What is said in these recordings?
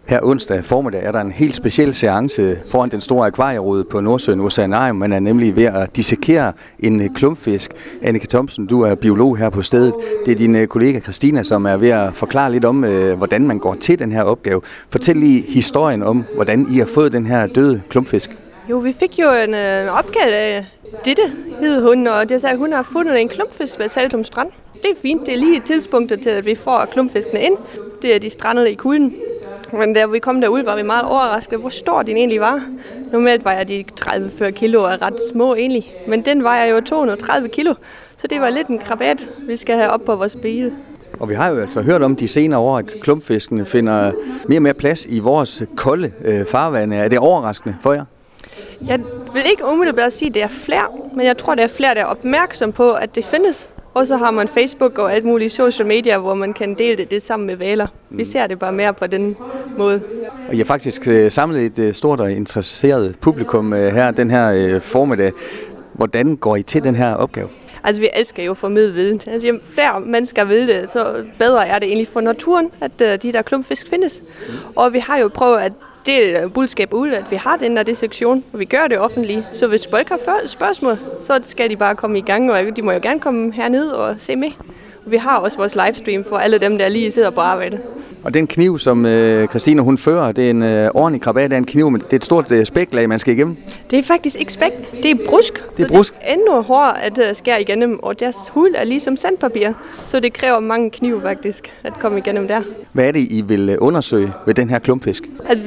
Her onsdag formiddag er der en helt speciel seance foran den store akvarierode på Nordsøen Oceanarium. Man er nemlig ved at dissekere en klumpfisk. Annika Thomsen, du er biolog her på stedet. Det er din kollega Christina, som er ved at forklare lidt om, hvordan man går til den her opgave. Fortæl lige historien om, hvordan I har fået den her døde klumpfisk. Jo, vi fik jo en opgave af Ditte, hed hun, og det sagde, at hun har fundet en klumpfisk ved Saltum Strand. Det er fint, det er lige tidspunktet til, at vi får klumpfiskene ind. Det er de strandede i kulden. Men da vi kom derud, var vi meget overrasket, hvor stor den egentlig var. Normalt vejer de 30-40 kilo og er ret små egentlig. Men den vejer jo 230 kilo, så det var lidt en krabat, vi skal have op på vores bede. Og vi har jo altså hørt om de senere år, at klumpfiskene finder mere og mere plads i vores kolde farvande. Er det overraskende for jer? Jeg vil ikke umiddelbart sige, at det er flere, men jeg tror, det er flere, der er opmærksom på, at det findes. Og så har man Facebook og alt muligt social media, hvor man kan dele det sammen med hvaler. Vi ser det bare mere på den måde. Og I har faktisk samlet et stort og interesseret publikum her den her formiddag. Hvordan går I til den her opgave? Altså, vi elsker jo at formidle viden. Altså, jo flere mennesker ved det, så bedre er det egentlig for naturen, at de der klumpfisk findes. Og vi har jo prøvet at dele budskab ud, at vi har den der dissektion, og vi gør det offentligt. Så hvis folk har spørgsmål, så skal de bare komme i gang, og de må jo gerne komme herned og se med. Og vi har også vores livestream for alle dem, der lige sidder på arbejde. Og den kniv, som Christina hun fører, det er en ordentlig krabat af en kniv, men det er et stort spæklag, man skal igennem. Det er faktisk ikke spæk, det er brusk. Det er brusk. Det er endnu hårdere at skære igennem, og deres hud er ligesom sandpapir, så det kræver mange knive faktisk at komme igennem der. Hvad er det, I vil undersøge ved den her klumpfisk? Altså,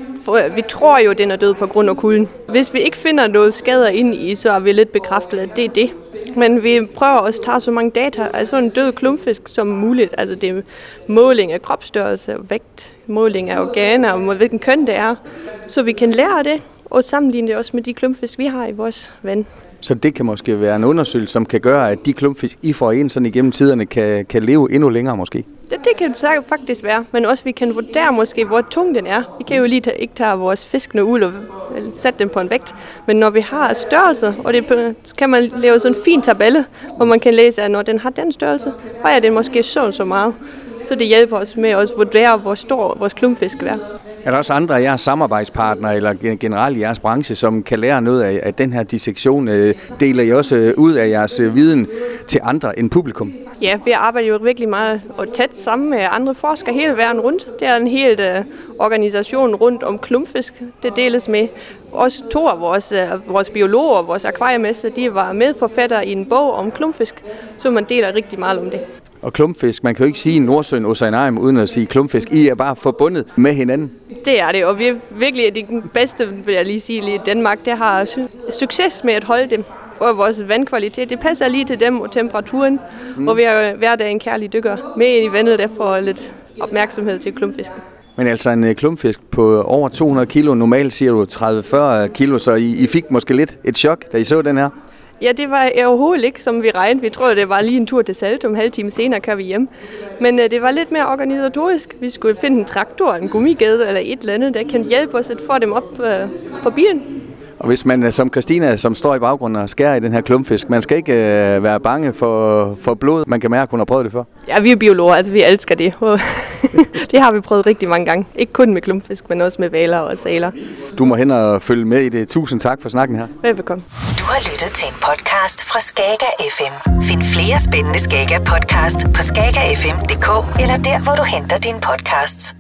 vi tror jo, at den er død på grund af kulden. Hvis vi ikke finder noget skader ind i, så er vi lidt bekræftet, at det er det. Men vi prøver også at tage så mange data af sådan en død klumpfisk som muligt. Altså det er måling af kropsstørrelse, vægt, måling af organer og hvilken køn det er. Så vi kan lære det og sammenligne det også med de klumpfisk, vi har i vores vand. Så det kan måske være en undersøgelse, som kan gøre, at de klumpfisk, I får ind sådan igennem tiderne, kan leve endnu længere måske? Det kan det faktisk være, men også vi kan vurdere måske, hvor tung den er. Vi kan jo lige ikke tage vores fiskene ud og sætte dem på en vægt, men når vi har størrelser, og det kan man lave sådan en fin tabelle, hvor man kan læse, at når den har den størrelse, vejer den måske så meget. Så det hjælper os med at vurdere, hvor stor vores klumpfisk er. Er der også andre af jeres samarbejdspartnere eller generelt i jeres branche, som kan lære noget af den her dissektion? Deler I også ud af jeres viden til andre end publikum? Ja, vi arbejder jo virkelig meget og tæt sammen med andre forskere hele verden rundt. Det er en hel organisation rundt om klumpfisk. Det deles med. Også to af vores biologer, vores akvariemester, de var medforfattere i en bog om klumpfisk, så man deler rigtig meget om det. Og klumpfisk, man kan jo ikke sige Nordsøen Oceanarium uden at sige klumpfisk. I er bare forbundet med hinanden. Det er det, og vi er virkelig de bedste, vil jeg lige sige, i Danmark, der har succes med at holde dem. Og vores vandkvalitet, det passer lige til dem og temperaturen. Og vi har hver dag en kærlig dykker med i vandet, der får lidt opmærksomhed til klumpfisken. Men altså en klumpfisk på over 200 kilo, normalt siger du 30-40 kilo, så I fik måske lidt et chok, da I så den her? Ja, det var overhovedet ikke, som vi regnede. Vi troede, det var lige en tur til Saltum, en halv time senere kører vi hjem. Men det var lidt mere organisatorisk. Vi skulle finde en traktor, en gummigade eller et eller andet, der kan hjælpe os at få dem op på bilen. Og hvis man som Christina, som står i baggrunden og skærer i den her klumpfisk, man skal ikke være bange for blod. Man kan mærke, at hun har prøvet det før. Ja, vi er biologer, altså vi elsker det. Det har vi prøvet rigtig mange gange. Ikke kun med klumpfisk, men også med hvaler og sæler. Du må hen og følge med i det. Tusind tak for snakken her. Velbekomme. Du har lyttet til en podcast fra Skager FM. Find flere spændende Skager podcast på skagerfm.dk eller der, hvor du henter dine podcasts.